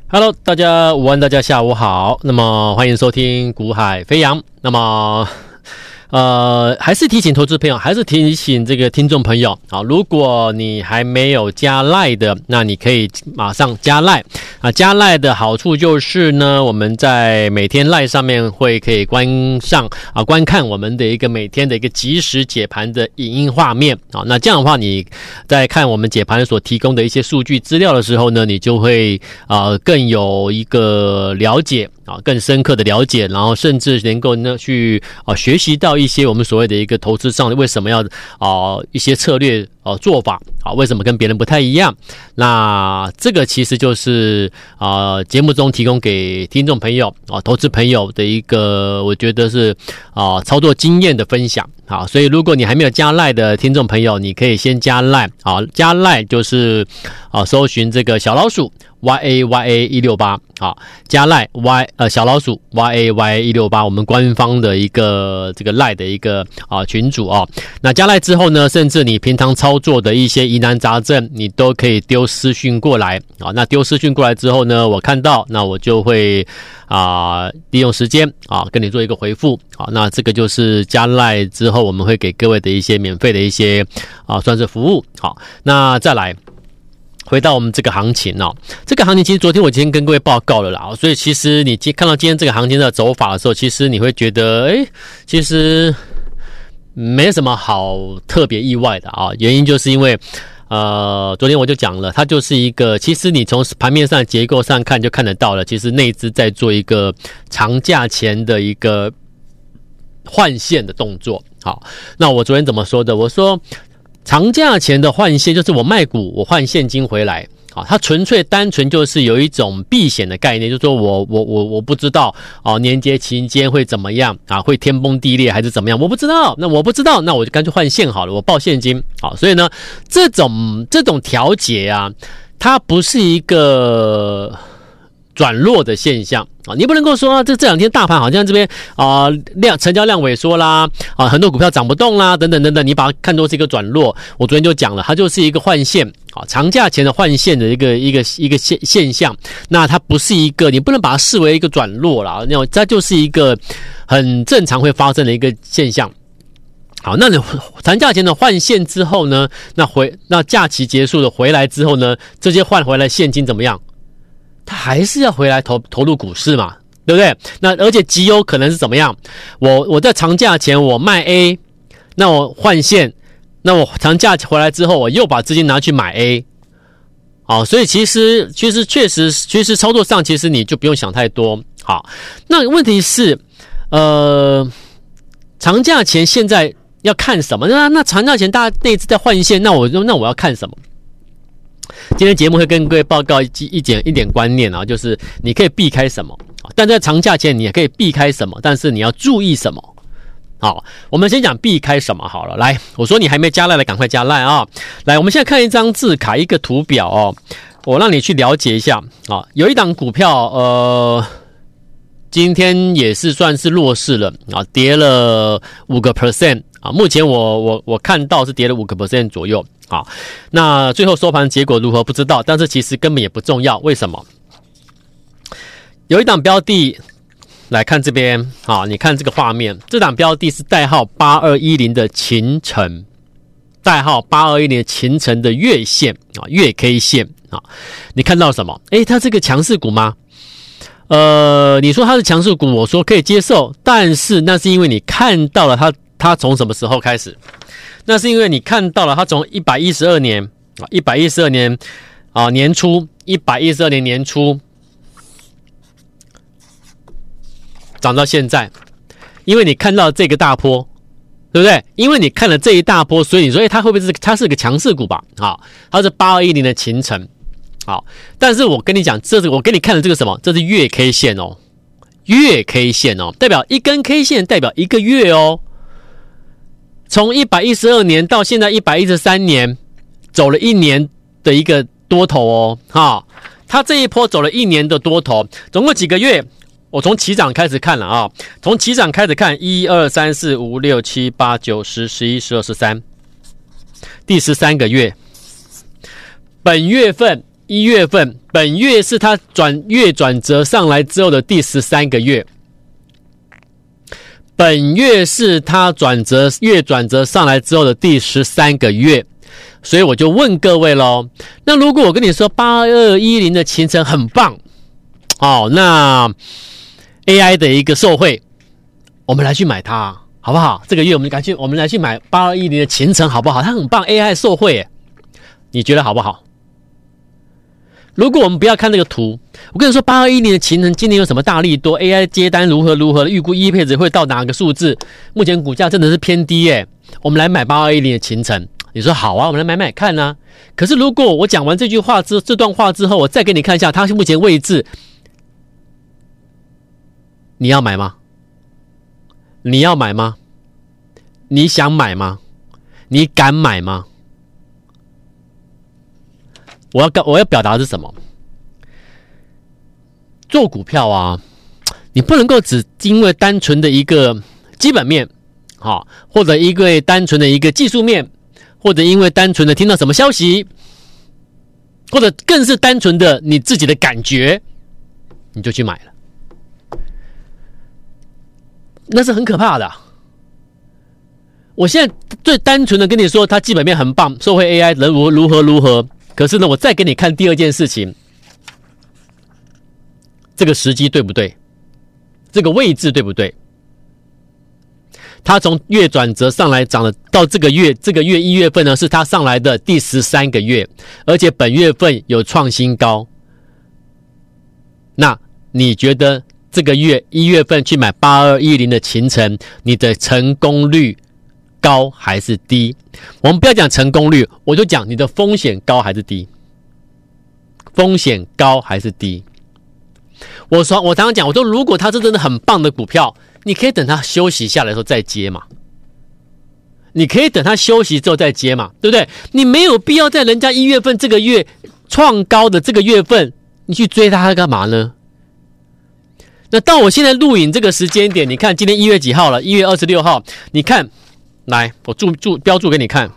Hello， 大家午安，大家下午好。那么欢迎收听股海飞扬。那么还是提醒投资朋友，还是提醒这个听众朋友啊，如果你还没有加 LINE 的，那你可以马上加 LINE 啊。加 LINE 的好处就是呢，我们在每天 LINE 上面可以观看我们的一个每天的一个即时解盘的影音画面啊。那这样的话，你在看我们解盘所提供的一些数据资料的时候呢，你就会更有一个了解啊，更深刻的了解，然后甚至能够呢去学习到一些我们所谓的一个投资上为什么要一些策略做法啊，为什么跟别人不太一样？那这个其实就是节目中提供给听众朋友投资朋友的一个我觉得是操作经验的分享。好，所以如果你还没有加 LINE 的听众朋友，你可以先加 LINE。好，加 LINE 就是搜寻这个小老鼠 YAYA168。好，加 LINE 小老鼠 YAYA168， 我们官方的一个这个 LINE 的一个群组哦。那加 LINE 之后呢，甚至你平常操作的一些疑难杂症，你都可以丢私讯过来啊。那丢私讯过来之后呢，我看到，那我就会利用时间跟你做一个回复。好，那这个就是加 LINE 之后我们会给各位的一些免费的一些算是服务。好，那再来回到我们这个行情这个行情其实昨天我今天跟各位报告了啦，所以其实你看到今天这个行情的走法的时候，其实你会觉得其实没什么好特别意外的原因就是因为昨天我就讲了，它就是一个，其实你从盘面上结构上看就看得到了，其实内资在做一个长假前的一个换线的动作。好，那我昨天怎么说的？我说长假前的换线就是我卖股，我换现金回来。好，它纯粹单纯就是有一种避险的概念，就是说我不知道年节期间会怎么样会天崩地裂还是怎么样，我不知道，那我就干脆换现好了，我报现金。好，所以呢，这种调节它不是一个转弱的现象你不能够说这两天大盘好像这边成交量萎缩啦很多股票涨不动啦等等等等，你把它看作是一个转弱。我昨天就讲了，它就是一个换线长假前的换线的一个现象。那它不是一个，你不能把它视为一个转弱啦，它就是一个很正常会发生的一个现象。好，那你长假前的换线之后呢，那假期结束了回来之后呢，这些换回来现金怎么样？他还是要回来投入股市嘛，对不对？那而且极有可能是怎么样？我在长假前我卖 A， 那我换线，那我长假回来之后，我又把资金拿去买 A， 所以其实确实操作上，其实你就不用想太多。好，那问题是，长假前现在要看什么？那长假前大家那一次在换线，那我要看什么？今天节目会跟各位报告一点观念就是你可以避开什么，但在长假前你也可以避开什么，但是你要注意什么。好，我们先讲避开什么好了。来，我说你还没加 LINE 的赶快加 LINE来，我们现在看一张字卡，一个图表我让你去了解一下有一档股票今天也是算是弱势了跌了 5% 目前我看到是跌了 5% 左右。好，那最后收盘结果如何不知道，但是其实根本也不重要。为什么？有一档标的，来看这边你看这个画面，这档标的是代号8210的勤诚，代号8210的勤诚的月线月 K 线你看到什么？它这个强势股吗？你说它是强势股，我说可以接受，但是那是因为你看到了它从什么时候开始？那是因为你看到了它从112年年初112年年初涨到现在，因为你看到这个大波，对不对？因为你看了这一大波，所以你说它会不会它是个强势股吧？好，它是8210的勤诚。好，但是我跟你讲，我给你看的这个什么？这是月 K 线月 K 线代表一根 K 线代表一个月从112年到现在113年，走了1年的一个多头它这一波走了1年的多头，总共几个月？我从起涨开始看了从起涨开始看，1、2、3、4、5、6、7、8、9、10、11、12、13，第13个月。本月份 1月份，本月是它月转折上来之后的第13个月。本月是它月转折上来之后的第13个月，所以我就问各位咯，那如果我跟你说8210的勤诚很棒，那 AI 的一个受惠，我们来去买它好不好？这个月我们来去买8210的勤诚好不好？它很棒 ，AI 受惠，你觉得好不好？如果我们不要看这个图，我跟你说8210的勤诚今年有什么大利多 ，AI 接单如何，预估EPS值会到哪个数字？目前股价真的是偏低耶，我们来买8210的勤诚。你说好啊，我们来买买看啊。可是如果我讲完这段话之后，我再给你看一下它目前位置，你要买吗？你要买吗？你想买吗？你敢买吗？我要表达的是什么？做股票啊，你不能够只因为单纯的一个基本面，或者一个单纯的一个技术面，或者因为单纯的听到什么消息，或者更是单纯的你自己的感觉，你就去买了，那是很可怕的。我现在最单纯的跟你说，它基本面很棒，受惠 AI 如何。可是呢，我再给你看第二件事情，这个时机对不对？这个位置对不对？它从月转折上来涨了，到这个月1月份呢，是它上来的第13个月，而且本月份有创新高。那你觉得这个月1月份去买8210的勤诚，你的成功率高还是低？我们不要讲成功率，我就讲你的风险高还是低？风险高还是低？我常常讲，我说如果它是真的很棒的股票，你可以等它休息下来的时候再接嘛。你可以等它休息之后再接嘛，对不对？你没有必要在人家1月份这个月创高的这个月份，你去追它干嘛呢？那到我现在录影这个时间点，你看今天1月几号了？1月26号，你看。来，我标注给你看。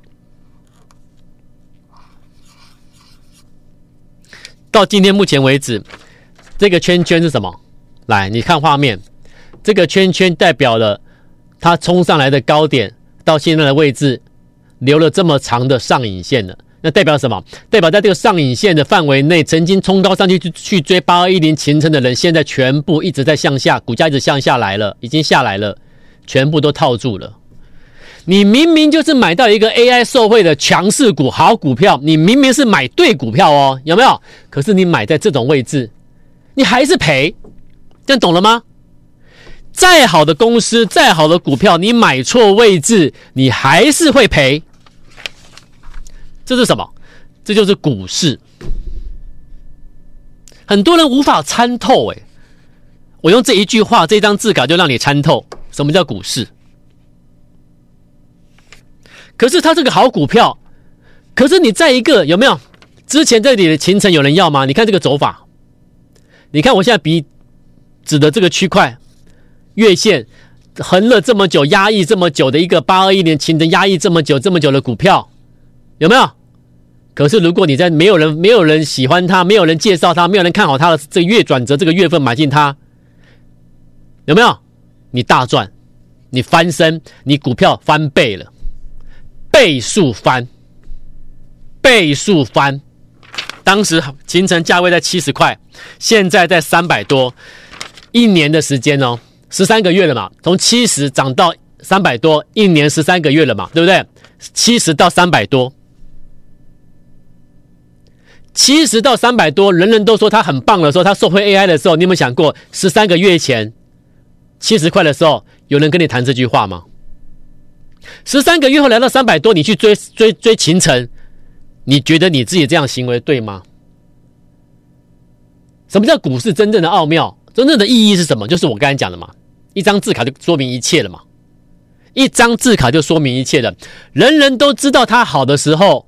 到今天目前为止，这个圈圈是什么？来，你看画面，这个圈圈代表了它冲上来的高点到现在的位置，留了这么长的上影线了。那代表什么？代表在这个上影线的范围内，曾经冲高上去追8210勤诚的人，现在全部一直在向下，股价一直向下来了，已经下来了，全部都套住了。你明明就是买到一个 AI 受惠的强势股好股票，你明明是买对股票哦，有没有？可是你买在这种位置，你还是赔，这样懂了吗？再好的公司，再好的股票，你买错位置，你还是会赔。这是什么？这就是股市。很多人无法参透，我用这一句话，这张字稿就让你参透什么叫股市。可是它这个好股票，可是你在一个有没有之前这里的勤诚有人要吗？你看这个走法，你看我现在笔指的这个区块月线横了这么久，压抑这么久的一个8210勤诚，压抑这么久的股票，有没有？可是如果你在没有人喜欢它，没有人介绍它，没有人看好它的这个月转折这个月份买进它，有没有？你大赚，你翻身，你股票翻倍了。倍数翻，当时勤诚价位在70块，现在在300多，1年的时间哦，13个月了嘛，从70涨到300多，1年13个月了嘛，对不对？70到300多，70到300多，人人都说它很棒的时候，它受惠 AI 的时候，你有没有想过13个月前70块的时候，有人跟你谈这句话吗？13个月后来到300多，你去追勤诚，你觉得你自己这样行为对吗？什么叫股市真正的奥妙？真正的意义是什么？就是我刚才讲的嘛，一张字卡就说明一切了嘛，一张字卡就说明一切了。人人都知道它好的时候，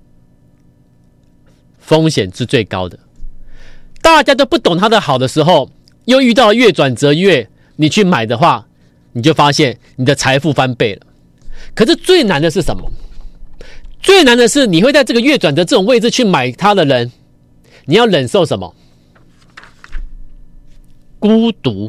风险是最高的；大家都不懂它的好的时候，又遇到月转折月，你去买的话，你就发现你的财富翻倍了。可是最难的是什么？最难的是你会在这个月转折这种位置去买它的人， 你要忍受什么？孤独。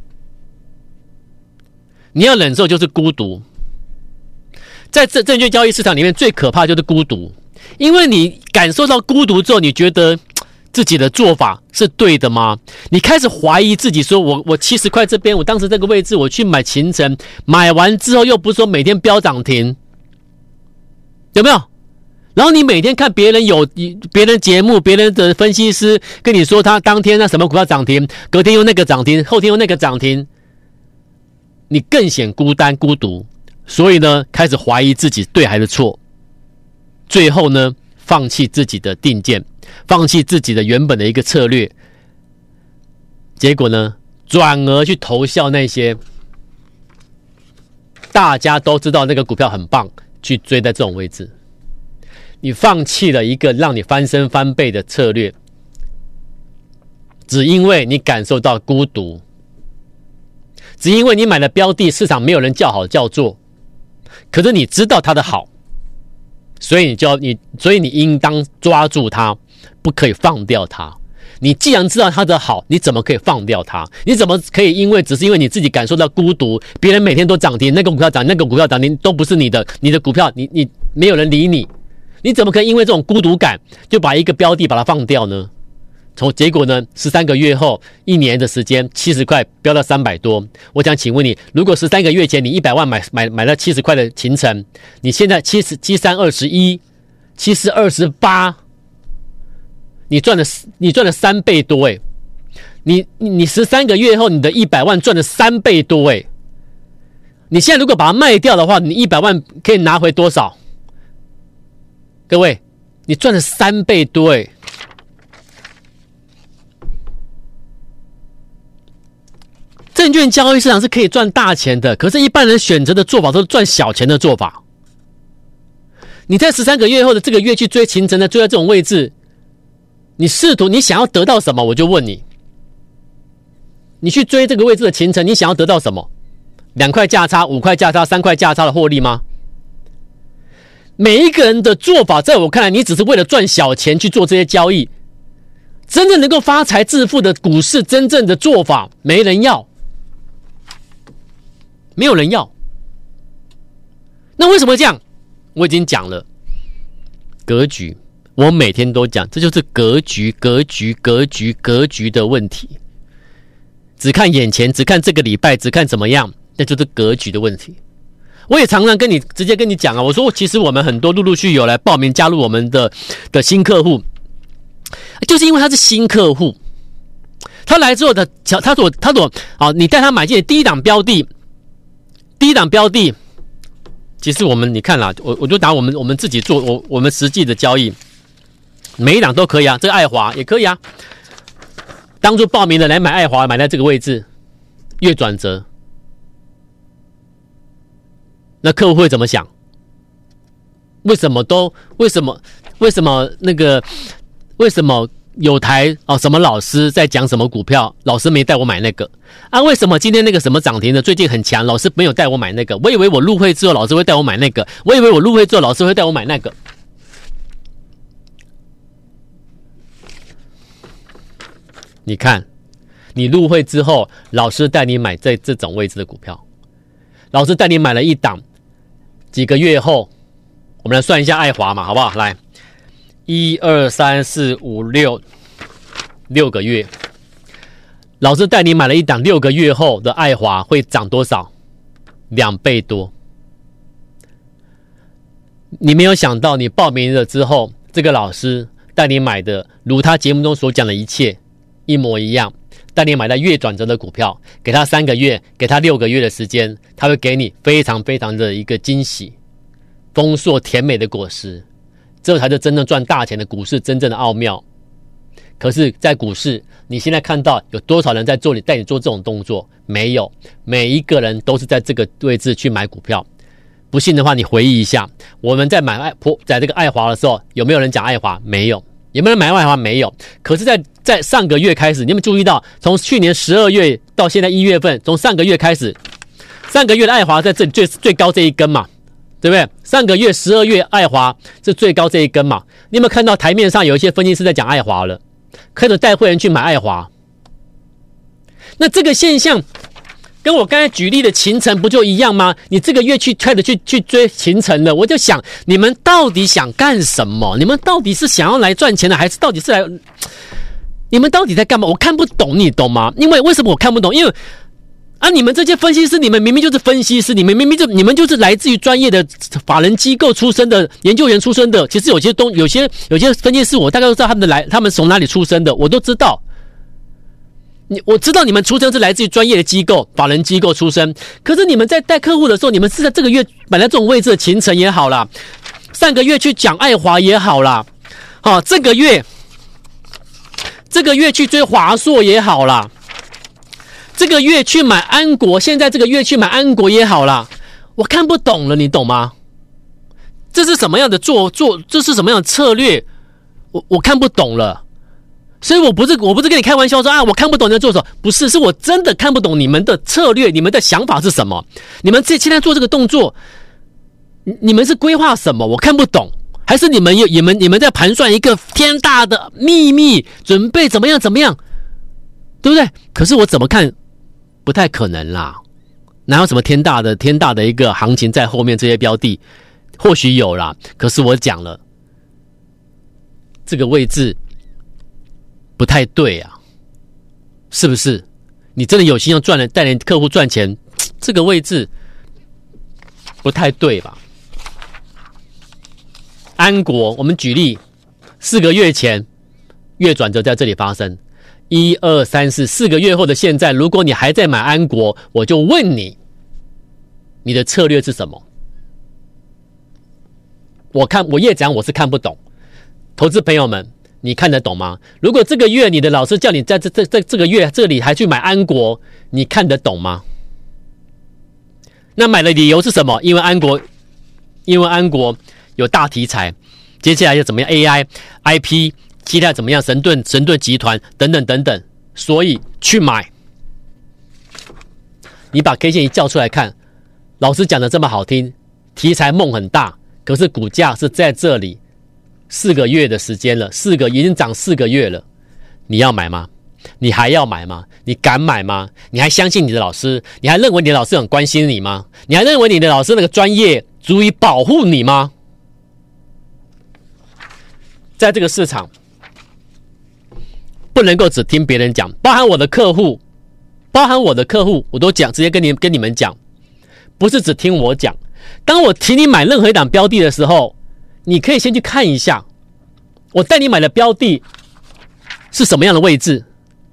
你要忍受就是孤独。在证券交易市场里面最可怕就是孤独，因为你感受到孤独之后，你觉得自己的做法是对的吗？你开始怀疑自己说，我70块这边，我当时这个位置我去买勤诚，买完之后又不是说每天飙涨停，有没有？然后你每天看别人节目，别人的分析师跟你说他当天那什么股票涨停，隔天又那个涨停，后天又那个涨停，你更显孤单孤独，所以呢，开始怀疑自己对还是错，最后呢，放弃自己的定见，放弃自己的原本的一个策略，结果呢，转而去投效那些大家都知道那个股票很棒，去追在这种位置。你放弃了一个让你翻身翻倍的策略，只因为你感受到孤独，只因为你买的标的市场没有人叫好叫座，可是你知道它的好，所以你应当抓住它，不可以放掉它。你既然知道它的好，你怎么可以放掉它？你怎么可以只是因为你自己感受到孤独，别人每天都涨停，那个股票涨，那个股票涨停都不是你的股票，你没有人理你，你怎么可以因为这种孤独感就把一个标的把它放掉呢？结果呢，13个月后，1年的时间，70块飙到300多。我想请问你，如果13个月前你100万买了70块的勤诚，你现在73 21 70 28，你赚了3倍多诶。你13个月后你的100万赚了3倍多诶。你现在如果把它卖掉的话，你100万可以拿回多少？各位，你赚了3倍多诶。证券交易市场是可以赚大钱的，可是一般人选择的做法都是赚小钱的做法。你在13个月后的这个月去追勤诚的，追在这种位置，你想要得到什么？我就问你，你去追这个位置的勤诚，你想要得到什么？2块价差、5块价差、3块价差的获利吗？每一个人的做法，在我看来，你只是为了赚小钱去做这些交易，真正能够发财致富的股市，真正的做法没人要。没有人要，那为什么这样？我已经讲了，格局，我每天都讲，这就是格局的问题。只看眼前，只看这个礼拜，只看怎么样，那就是格局的问题。我也常常直接跟你讲啊，我说其实我们很多陆续有来报名加入我们的新客户，就是因为他是新客户，他来之后他所你带他买进的第一档标的。其实你看啦，我就拿我们自己做我们实际的交易，每一档都可以啊，这个爱华也可以啊。当初报名的来买爱华，买在这个位置，月转折，那客户会怎么想？为什么有台什么老师在讲什么股票，老师没带我买那个啊？为什么今天那个什么涨停的最近很强，老师没有带我买那个？我以为我入会之后老师会带我买那个，我以为我入会之后老师会带我买那个。你看，你入会之后，老师带你买在这种位置的股票，老师带你买了一档，几个月后，我们来算一下爱华嘛，好不好？来。1、2、3、4、5、6个月，老师带你买了一档6个月后的爱华会涨多少？2倍多。你没有想到，你报名了之后，这个老师带你买的，如他节目中所讲的一切一模一样，带你买到月转折的股票，给他3个月，给他6个月的时间，他会给你非常非常的一个惊喜，丰硕甜美的果实。这才是真正赚大钱的股市真正的奥妙。可是在股市，你现在看到有多少人在带你做这种动作？没有，每一个人都是在这个位置去买股票。不信的话，你回忆一下，我们在在这个爱华的时候，有没有人讲爱华？没有。有没有人买爱华？没有。可是在上个月开始，你有没有注意到，从去年12月到现在1月份，从上个月开始，上个月的爱华在这里最高这一根嘛，对不对？上个月12月爱华是最高这一根嘛？你有没有看到台面上有一些分析师在讲爱华了？ 开始带会员去买爱华。那这个现象跟我刚才举例的秦城不就一样吗？你这个月开始去追秦城了，我就想你们到底想干什么？你们到底是想要来赚钱的，还是到底是来？你们到底在干嘛？我看不懂，你懂吗？为什么我看不懂？因为你们这些分析师，你们明明就是分析师，你们就是来自于专业的法人机构出身的研究员出身的。其实有些分析师，我大概都知道他们从哪里出身的，我都知道。我知道你们出身是来自于专业的机构、法人机构出身，可是你们在带客户的时候，你们是在这个月买来这种位置的秦城也好啦，上个月去讲爱华也好啦，这个月去追华硕也好啦，这个月去买安国，现在这个月去买安国也好啦，我看不懂了，你懂吗？这是什么样的这是什么样的策略？我看不懂了。所以我不是跟你开玩笑说我看不懂你在做什么，不是，是我真的看不懂你们的策略，你们的想法是什么？你们现在做这个动作，你们是规划什么？我看不懂，还是你们在盘算一个天大的秘密，准备怎么样，对不对？可是我怎么看，不太可能啦，哪有什么天大的一个行情在后面？这些标的或许有啦，可是我讲了，这个位置不太对啊，是不是？你真的有心要带领客户赚钱，这个位置不太对吧？安国，我们举例，4个月前月转折在这里发生，1、2、3、4个月后的现在，如果你还在买安国，我就问你，你的策略是什么？我越讲我是看不懂，投资朋友们。你看得懂吗？如果这个月你的老师叫你在这个月这里还去买安国，你看得懂吗？那买的理由是什么？因为安国有大题材，接下来又怎么样 AI、IP， 期待怎么样神盾集团等等，所以去买。你把 K 线一叫出来看，老师讲的这么好听，题材梦很大，可是股价是在这里。4个月的时间了，已经涨4个月了，你要买吗？你还要买吗？你敢买吗？你还相信你的老师？你还认为你的老师很关心你吗？你还认为你的老师那个专业足以保护你吗？在这个市场，不能够只听别人讲，包含我的客户，我都讲，直接跟你们讲，不是只听我讲。当我提你买任何一档标的的时候，你可以先去看一下，我带你买的标的是什么样的位置，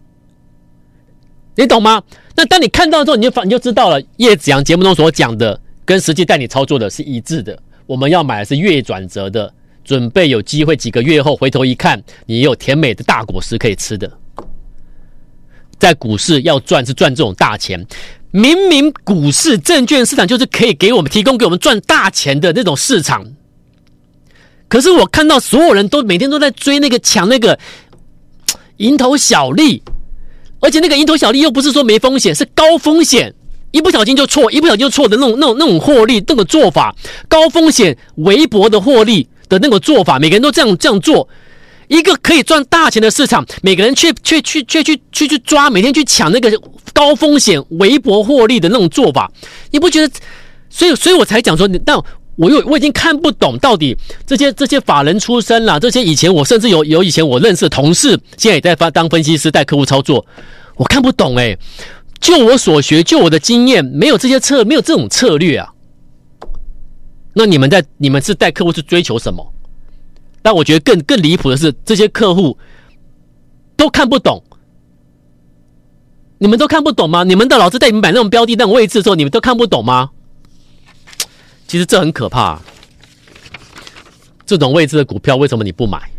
你懂吗？那当你看到之后，你就知道了，叶子阳节目中所讲的跟实际带你操作的是一致的。我们要买的是月转折的，准备有机会几个月后回头一看，你有甜美的大果实可以吃的。在股市要赚是赚这种大钱，明明股市证券市场就是可以提供给我们赚大钱的那种市场。可是我看到所有人都每天都在追抢那个蝇头小利，而且那个蝇头小利又不是说没风险，是高风险，一不小心就错的那种获利，那种做法，高风险微薄的获利的那个做法，每个人都这样做，一个可以赚大钱的市场，每个人去抓，每天去抢那个高风险微薄获利的那种做法，你不觉得？所以我才讲说，但我已经看不懂到底这些法人出身啦，这些以前我甚至有以前我认识的同事，现在也在当分析师带客户操作，我看不懂就我所学，就我的经验，没有这种策略啊。那你们是带客户是追求什么？但我觉得更离谱的是，这些客户都看不懂。你们都看不懂吗？你们的老师带你们买那种标的那种位置的时候，你们都看不懂吗？其实这很可怕，这种位置的股票为什么你不买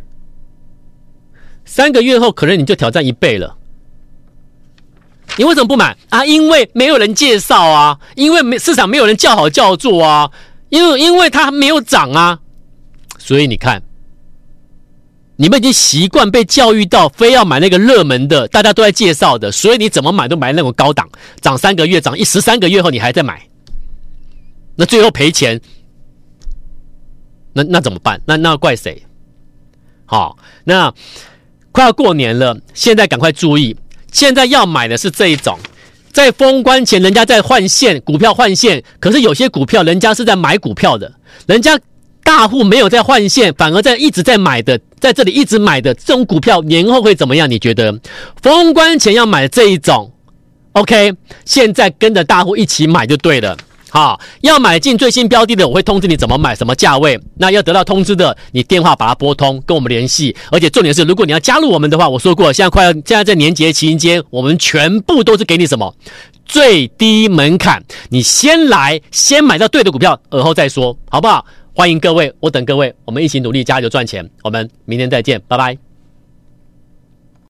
？3个月后可能你就挑战1倍了，你为什么不买啊？因为没有人介绍啊，因为市场没有人叫好叫座啊，因为它没有涨啊，所以你看，你们已经习惯被教育到非要买那个热门的，大家都在介绍的，所以你怎么买都买那种高档，涨3个月，涨13个月后你还在买。那最后赔钱，那怎么办？那怪谁？好，那快要过年了，现在赶快注意，现在要买的是这一种，在封关前人家在换线，股票换线，可是有些股票人家是在买股票的，人家大户没有在换线，反而一直在买的，在这里一直买的这种股票，年后会怎么样？你觉得？封关前要买这一种 ，OK， 现在跟着大户一起买就对了。好，要买进最新标的的，我会通知你怎么买，什么价位。那要得到通知的，你电话把它拨通，跟我们联系。而且重点是，如果你要加入我们的话，我说过，现在在年节期间，我们全部都是给你什么最低门槛，你先来，先买到对的股票，而后再说，好不好？欢迎各位，我等各位，我们一起努力加油赚钱。我们明天再见，拜拜。